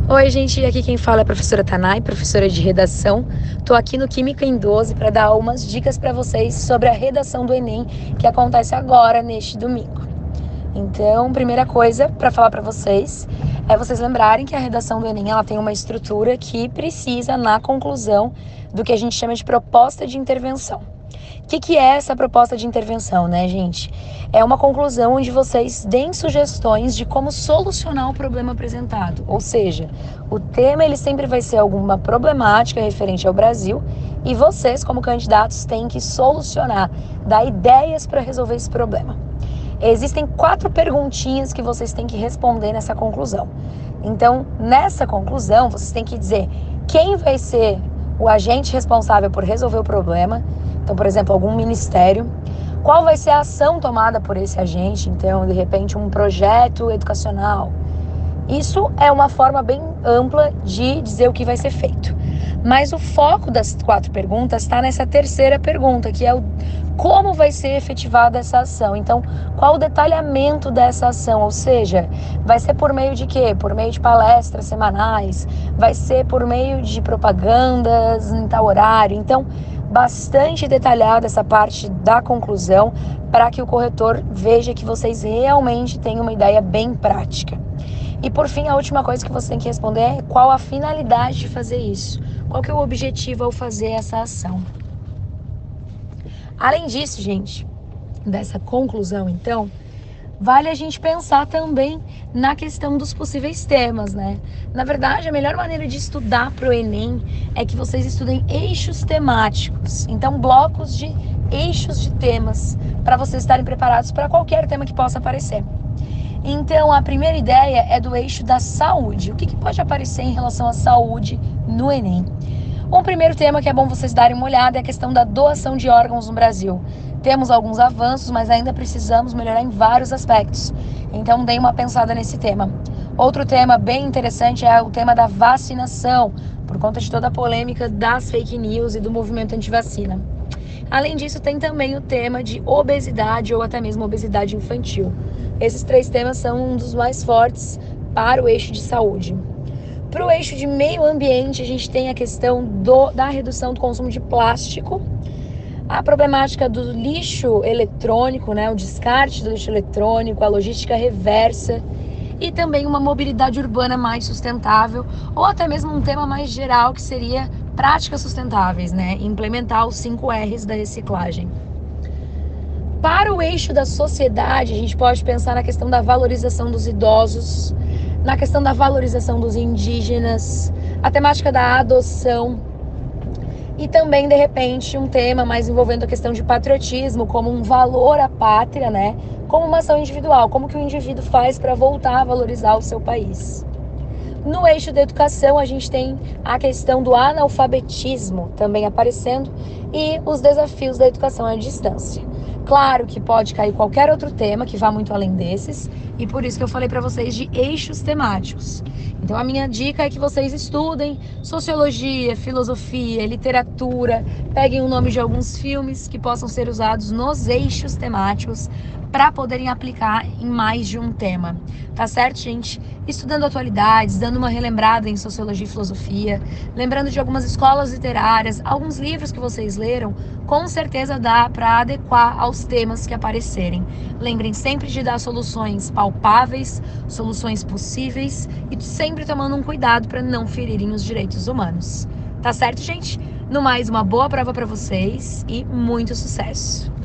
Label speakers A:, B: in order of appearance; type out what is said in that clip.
A: Oi, gente, aqui quem fala é a professora Tanay, professora de redação. Estou aqui no Química em 12 para dar umas dicas para vocês sobre a redação do Enem, que acontece agora, neste domingo. Então, primeira coisa para falar para vocês é vocês lembrarem que a redação do Enem ela tem uma estrutura que precisa, na conclusão, do que a gente chama de proposta de intervenção. O que é essa proposta de intervenção, né, gente? É uma conclusão onde vocês deem sugestões de como solucionar o problema apresentado. Ou seja, o tema ele sempre vai ser alguma problemática referente ao Brasil e vocês, como candidatos, têm que solucionar, dar ideias para resolver esse problema. Existem 4 perguntinhas que vocês têm que responder nessa conclusão. Então, nessa conclusão, vocês têm que dizer quem vai ser o agente responsável por resolver o problema. Então, por exemplo, algum ministério. Qual vai ser a ação tomada por esse agente? Então, de repente, um projeto educacional. Isso é uma forma bem ampla de dizer o que vai ser feito. Mas o foco das 4 perguntas está nessa terceira pergunta, que é o como vai ser efetivada essa ação. Então, qual o detalhamento dessa ação? Ou seja, vai ser por meio de quê? Por meio de palestras semanais? Vai ser por meio de propagandas em tal horário? Então, bastante detalhada essa parte da conclusão para que o corretor veja que vocês realmente têm uma ideia bem prática. E por fim, a última coisa que você tem que responder é qual a finalidade de fazer isso. Qual que é o objetivo ao fazer essa ação? Além disso, gente, dessa conclusão, então, vale a gente pensar também na questão dos possíveis temas, né? Na verdade, a melhor maneira de estudar para o Enem é que vocês estudem eixos temáticos. Então, blocos de eixos de temas, para vocês estarem preparados para qualquer tema que possa aparecer. Então, a primeira ideia é do eixo da saúde. O que pode aparecer em relação à saúde no Enem? Um primeiro tema que é bom vocês darem uma olhada é a questão da doação de órgãos no Brasil. Temos alguns avanços, mas ainda precisamos melhorar em vários aspectos. Então, deem uma pensada nesse tema. Outro tema bem interessante é o tema da vacinação, por conta de toda a polêmica das fake news e do movimento antivacina. Além disso, tem também o tema de obesidade ou até mesmo obesidade infantil. Esses 3 temas são um dos mais fortes para o eixo de saúde. Para o eixo de meio ambiente, a gente tem a questão da redução do consumo de plástico, a problemática do lixo eletrônico, né, o descarte do lixo eletrônico, a logística reversa e também uma mobilidade urbana mais sustentável ou até mesmo um tema mais geral que seria práticas sustentáveis, né, implementar os 5 R's da reciclagem. Para o eixo da sociedade, a gente pode pensar na questão da valorização dos idosos, na questão da valorização dos indígenas, a temática da adoção e também, de repente, um tema mais envolvendo a questão de patriotismo como um valor à pátria, né? Como uma ação individual, como que o indivíduo faz para voltar a valorizar o seu país. No eixo da educação, a gente tem a questão do analfabetismo também aparecendo e os desafios da educação à distância. Claro que pode cair qualquer outro tema que vá muito além desses, e por isso que eu falei para vocês de eixos temáticos. Então a minha dica é que vocês estudem sociologia, filosofia, literatura, peguem o nome de alguns filmes que possam ser usados nos eixos temáticos para poderem aplicar em mais de um tema. Tá certo, gente? Estudando atualidades, dando uma relembrada em sociologia e filosofia, lembrando de algumas escolas literárias, alguns livros que vocês leram, com certeza dá para adequar aos temas que aparecerem. Lembrem sempre de dar soluções palpáveis, soluções possíveis e sempre tomando um cuidado para não ferirem os direitos humanos. Tá certo, gente? No mais, uma boa prova para vocês e muito sucesso!